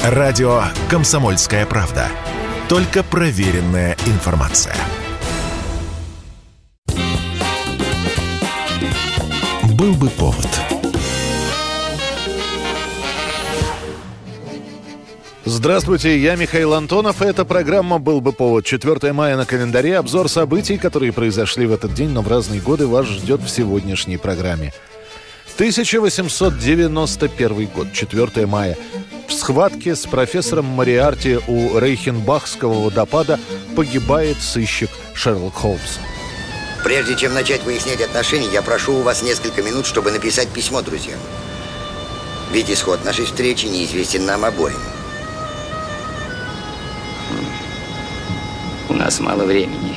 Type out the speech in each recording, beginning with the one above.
Радио «Комсомольская правда». Только проверенная информация. Был бы повод. Здравствуйте, я Михаил Антонов, и эта программа «Был бы повод». 4 мая на календаре, обзор событий, которые произошли в этот день, но в разные годы, вас ждет в сегодняшней программе. 1891 год, 4 мая. В схватке с профессором Мориарти у Рейхенбахского водопада погибает сыщик Шерлок Холмс. Прежде чем начать выяснять отношения, я прошу у вас несколько минут, чтобы написать письмо друзьям. Ведь исход нашей встречи неизвестен нам обоим. У нас мало времени.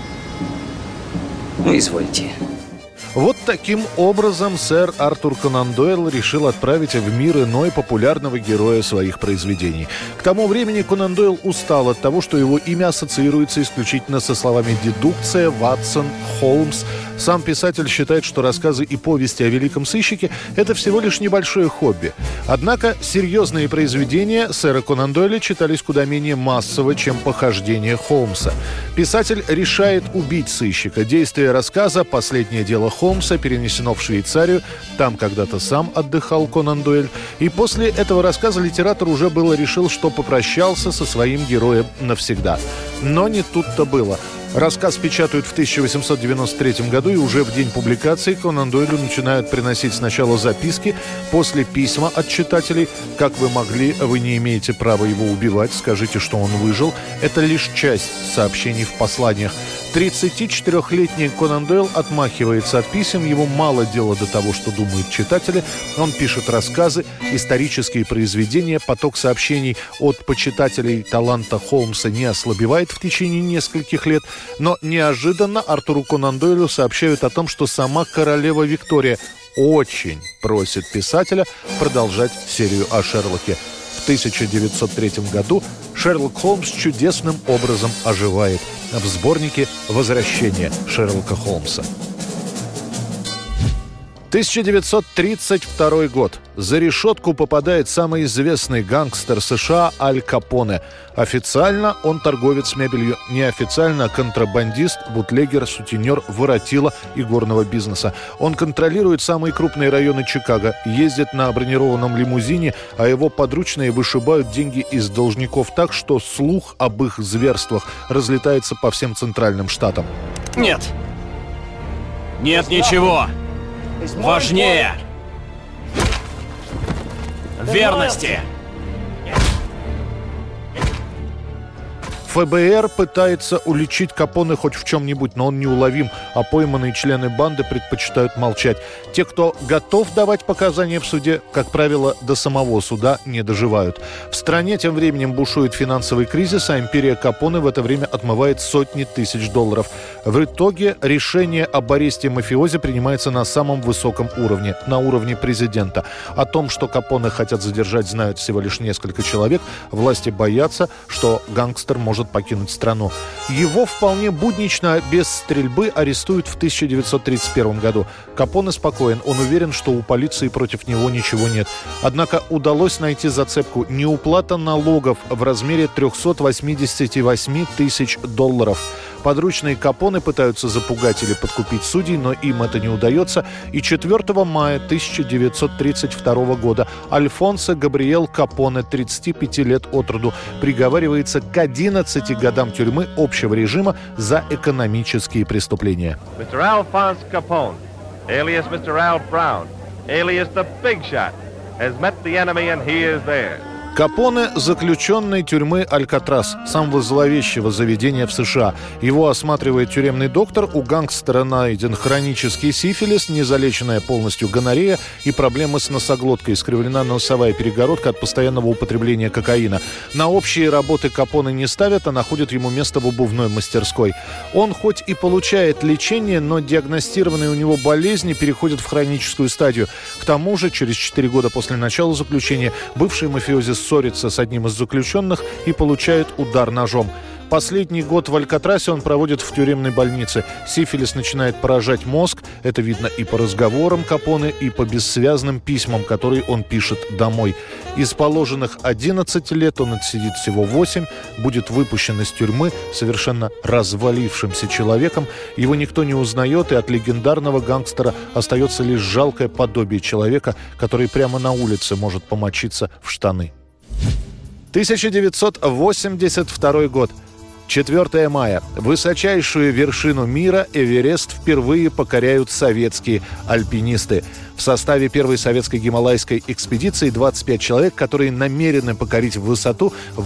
Ну, извольте. Вот таким образом сэр Артур Конан Дойл решил отправить в мир иной популярного героя своих произведений. К тому времени Конан Дойл устал от того, что его имя ассоциируется исключительно со словами «дедукция», «Ватсон», «Холмс». Сам писатель считает, что рассказы и повести о великом сыщике – это всего лишь небольшое хобби. Однако серьезные произведения сэра Конан Дойля читались куда менее массово, чем похождения Холмса. Писатель решает убить сыщика. Действие рассказа «Последнее дело Холмса» перенесено в Швейцарию. Там когда-то сам отдыхал Конан Дойль. И после этого рассказа литератор уже было решил, что попрощался со своим героем навсегда. Но не тут-то было. Рассказ печатают в 1893 году, и уже в день публикации Конан Дойлю начинают приносить сначала записки, после письма от читателей. «Как вы могли? Вы не имеете права его убивать. Скажите, что он выжил». Это лишь часть сообщений в посланиях. 34-летний Конан Дойл отмахивается от писем, ему мало дела до того, что думают читатели. Он пишет рассказы, исторические произведения, поток сообщений от почитателей таланта Холмса не ослабевает в течение нескольких лет, но неожиданно Артуру Конан Дойлю сообщают о том, что сама королева Виктория очень просит писателя продолжать серию о Шерлоке. В 1903 году Шерлок Холмс чудесным образом оживает в сборнике «Возвращение Шерлока Холмса». 1932 год. За решетку попадает самый известный гангстер США Аль Капоне. Официально он торговец мебелью, неофициально контрабандист, бутлегер, сутенер, воротила игорного бизнеса. Он контролирует самые крупные районы Чикаго, ездит на бронированном лимузине, а его подручные вышибают деньги из должников так, что слух об их зверствах разлетается по всем центральным штатам. Нет! Нет ничего! Важнее верности! ФБР пытается уличить Капоне хоть в чем-нибудь, но он неуловим, а пойманные члены банды предпочитают молчать. Те, кто готов давать показания в суде, как правило, до самого суда не доживают. В стране тем временем бушует финансовый кризис, а империя Капоне в это время отмывает сотни тысяч долларов. В итоге решение об аресте мафиози принимается на самом высоком уровне, на уровне президента. О том, что Капоне хотят задержать, знают всего лишь несколько человек. Власти боятся, что гангстер может покинуть страну. Его вполне буднично, без стрельбы, арестуют в 1931 году. Капоне спокоен, он уверен, что у полиции против него ничего нет. Однако удалось найти зацепку: неуплата налогов в размере 388 тысяч долларов. Подручные Капоне пытаются запугать или подкупить судей, но им это не удается. И 4 мая 1932 года Альфонсо Габриэл Капоне, 35 лет от роду, приговаривается к 11 годам тюрьмы общего режима за экономические преступления. Mr. Alphonse Capone, alias Mr. Al Brown, alias the Big Shot, has met the enemy and he is there. Капоне – заключенный тюрьмы Алькатрас, самого зловещего заведения в США. Его осматривает тюремный доктор. У гангстера найден хронический сифилис, незалеченная полностью гонорея и проблемы с носоглоткой, искривлена носовая перегородка от постоянного употребления кокаина. На общие работы Капоне не ставят, а находят ему место в обувной мастерской. Он хоть и получает лечение, но диагностированные у него болезни переходят в хроническую стадию. К тому же, через 4 года после начала заключения бывший мафиози ссорится с одним из заключенных и получает удар ножом. Последний год в Алькатрасе он проводит в тюремной больнице. Сифилис начинает поражать мозг. Это видно и по разговорам Капоне, и по бессвязным письмам, которые он пишет домой. Из положенных 11 лет он отсидит всего 8, будет выпущен из тюрьмы совершенно развалившимся человеком. Его никто не узнает, и от легендарного гангстера остается лишь жалкое подобие человека, который прямо на улице может помочиться в штаны. 1982 год. 4 мая. Высочайшую вершину мира, Эверест, впервые покоряют советские альпинисты. В составе первой советской гималайской экспедиции 25 человек, которые намерены покорить высоту в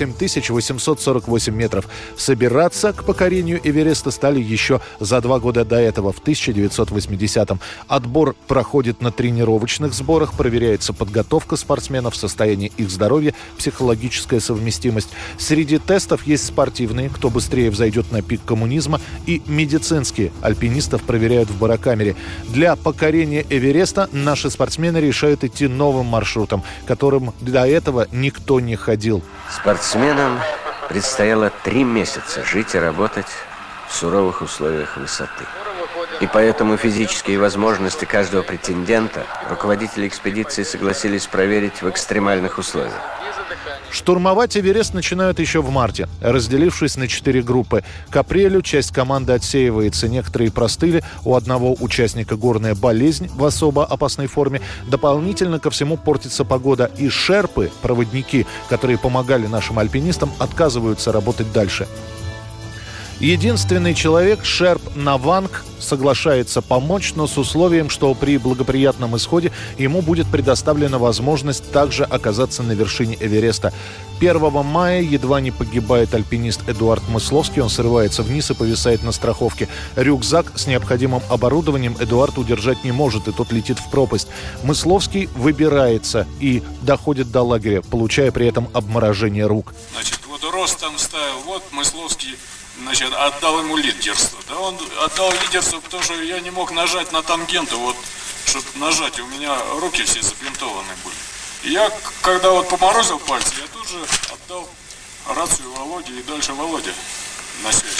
8848 метров. Собираться к покорению Эвереста стали еще за 2 года до этого, в 1980-м. Отбор проходит на тренировочных сборах, проверяется подготовка спортсменов, состояние их здоровья, психологическая совместимость. Среди тестов есть спортивные, кто быстрее взойдет на пик коммунизма, и медицинские. Альпинистов проверяют в барокамере. Для покорения Эвереста наши спортсмены решают идти новым маршрутом, которым до этого никто не ходил. Спортсменам предстояло 3 месяца жить и работать в суровых условиях высоты. И поэтому физические возможности каждого претендента руководители экспедиции согласились проверить в экстремальных условиях. Штурмовать Эверест начинают еще в марте, разделившись на 4 группы. К апрелю часть команды отсеивается, некоторые простыли, у одного участника горная болезнь в особо опасной форме. Дополнительно ко всему портится погода, и шерпы, проводники, которые помогали нашим альпинистам, отказываются работать дальше. Единственный человек, шерп Наванг, соглашается помочь, но с условием, что при благоприятном исходе ему будет предоставлена возможность также оказаться на вершине Эвереста. 1 мая едва не погибает альпинист Эдуард Мысловский. Он срывается вниз и повисает на страховке. Рюкзак с необходимым оборудованием Эдуард удержать не может, и тот летит в пропасть. Мысловский выбирается и доходит до лагеря, получая при этом обморожение рук. Значит, водорост там ставил, вот Мысловский, значит, отдал ему лидерство. Да, он отдал лидерство, потому что я не мог нажать на тангенту, вот, чтобы нажать, у меня руки все забинтованы были. И я, когда вот поморозил пальцы, я тут же отдал рацию Володе, и дальше Володя на связь.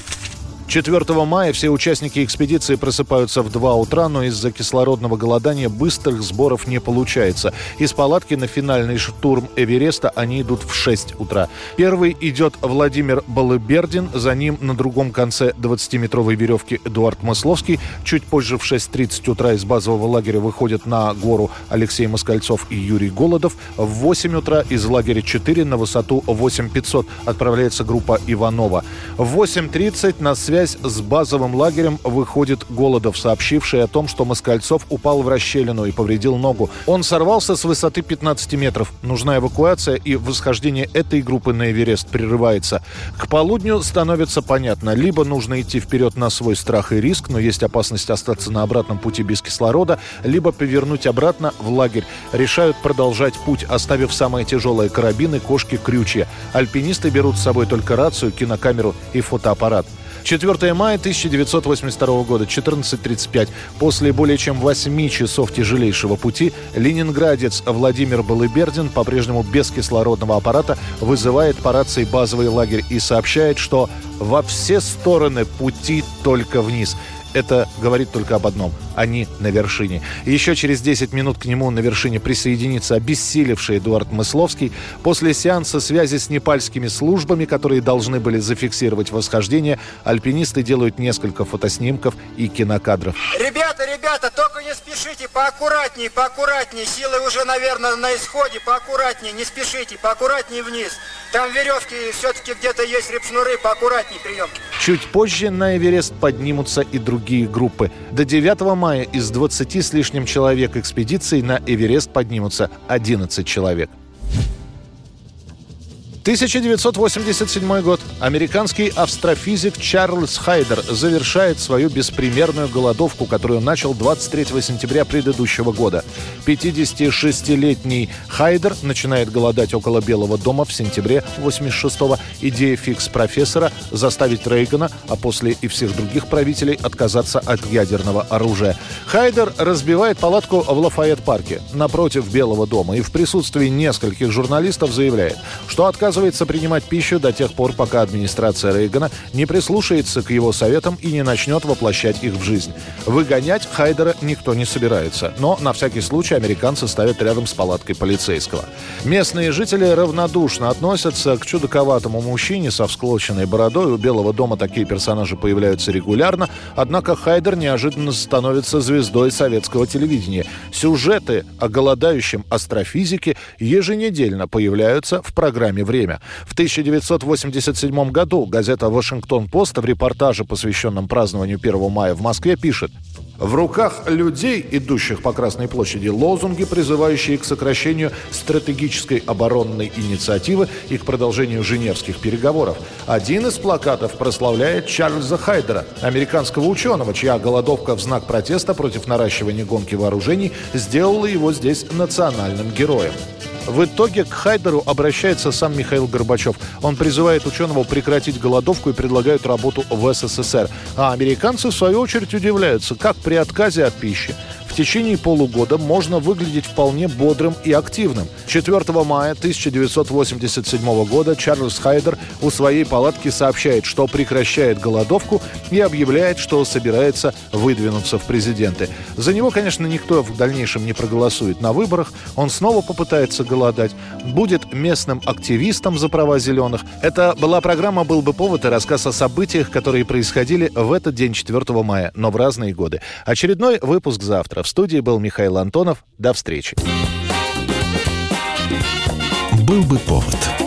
4 мая все участники экспедиции просыпаются в 2 утра, но из-за кислородного голодания быстрых сборов не получается. Из палатки на финальный штурм Эвереста они идут в 6 утра. Первый идет Владимир Балыбердин, за ним на другом конце 20-метровой веревки Эдуард Мысловский. Чуть позже в 6:30 утра из базового лагеря выходят на гору Алексей Москальцов и Юрий Голодов. В 8 утра из лагеря 4 на высоту 8500 отправляется группа Иванова. В 8:30 на связь с базовым лагерем выходит Голодов, сообщивший о том, что Москальцов упал в расщелину и повредил ногу. Он сорвался с высоты 15 метров. Нужна эвакуация, и восхождение этой группы на Эверест прерывается. К полудню становится понятно, либо нужно идти вперед на свой страх и риск, но есть опасность остаться на обратном пути без кислорода, либо повернуть обратно в лагерь. Решают продолжать путь, оставив самые тяжелые карабины, кошки, крючья. Альпинисты берут с собой только рацию, кинокамеру и фотоаппарат. 4 мая 1982 года, 14:35. После более чем 8 часов тяжелейшего пути ленинградец Владимир Балыбердин, по-прежнему без кислородного аппарата, вызывает по рации базовый лагерь и сообщает, что во все стороны пути только вниз. Это говорит только об одном – они на вершине. Еще через 10 минут к нему на вершине присоединится обессилевший Эдуард Мысловский. После сеанса связи с непальскими службами, которые должны были зафиксировать восхождение, альпинисты делают несколько фотоснимков и кинокадров. Ребята, только не спешите, поаккуратнее, силы уже, наверное, на исходе, поаккуратнее, не спешите, поаккуратнее вниз. Там веревки все-таки где-то есть, репшнуры, поаккуратнее приемки. Чуть позже на Эверест поднимутся и другие группы. До 9 мая из 20 с лишним человек экспедиции на Эверест поднимутся 11 человек. 1987 год. Американский астрофизик Чарльз Хайдер завершает свою беспримерную голодовку, которую начал 23 сентября предыдущего года. 56-летний Хайдер начинает голодать около Белого дома в сентябре 86-го. Идея фикс-профессора – заставить Рейгана, а после и всех других правителей, отказаться от ядерного оружия. Хайдер разбивает палатку в Лафайет-парке напротив Белого дома и в присутствии нескольких журналистов заявляет, что отказ отказывается принимать пищу до тех пор, пока администрация Рейгана не прислушается к его советам и не начнет воплощать их в жизнь. Выгонять Хайдера никто не собирается, но на всякий случай американцы ставят рядом с палаткой полицейского. Местные жители равнодушно относятся к чудаковатому мужчине со всклоченной бородой. У Белого дома такие персонажи появляются регулярно, однако Хайдер неожиданно становится звездой советского телевидения. Сюжеты о голодающем астрофизике еженедельно появляются в программе «Время». В 1987 году газета «Вашингтон-Пост» в репортаже, посвященном празднованию 1 мая в Москве, пишет: в руках людей, идущих по Красной площади, лозунги, призывающие к сокращению стратегической оборонной инициативы и к продолжению Женевских переговоров. Один из плакатов прославляет Чарльза Хайдера, американского ученого, чья голодовка в знак протеста против наращивания гонки вооружений сделала его здесь национальным героем. В итоге к Хайдеру обращается сам Михаил Горбачев. Он призывает ученого прекратить голодовку и предлагает работу в СССР. А американцы, в свою очередь, удивляются, как при отказе от пищи в течение полугода можно выглядеть вполне бодрым и активным. 4 мая 1987 года Чарльз Хайдер у своей палатки сообщает, что прекращает голодовку и объявляет, что собирается выдвинуться в президенты. За него, конечно, никто в дальнейшем не проголосует на выборах. Он снова попытается голодать, будет местным активистом за права зеленых. Это была программа «Был бы повод» и рассказ о событиях, которые происходили в этот день, 4 мая, но в разные годы. Очередной выпуск завтра. В студии был Михаил Антонов. До встречи. «Был бы повод».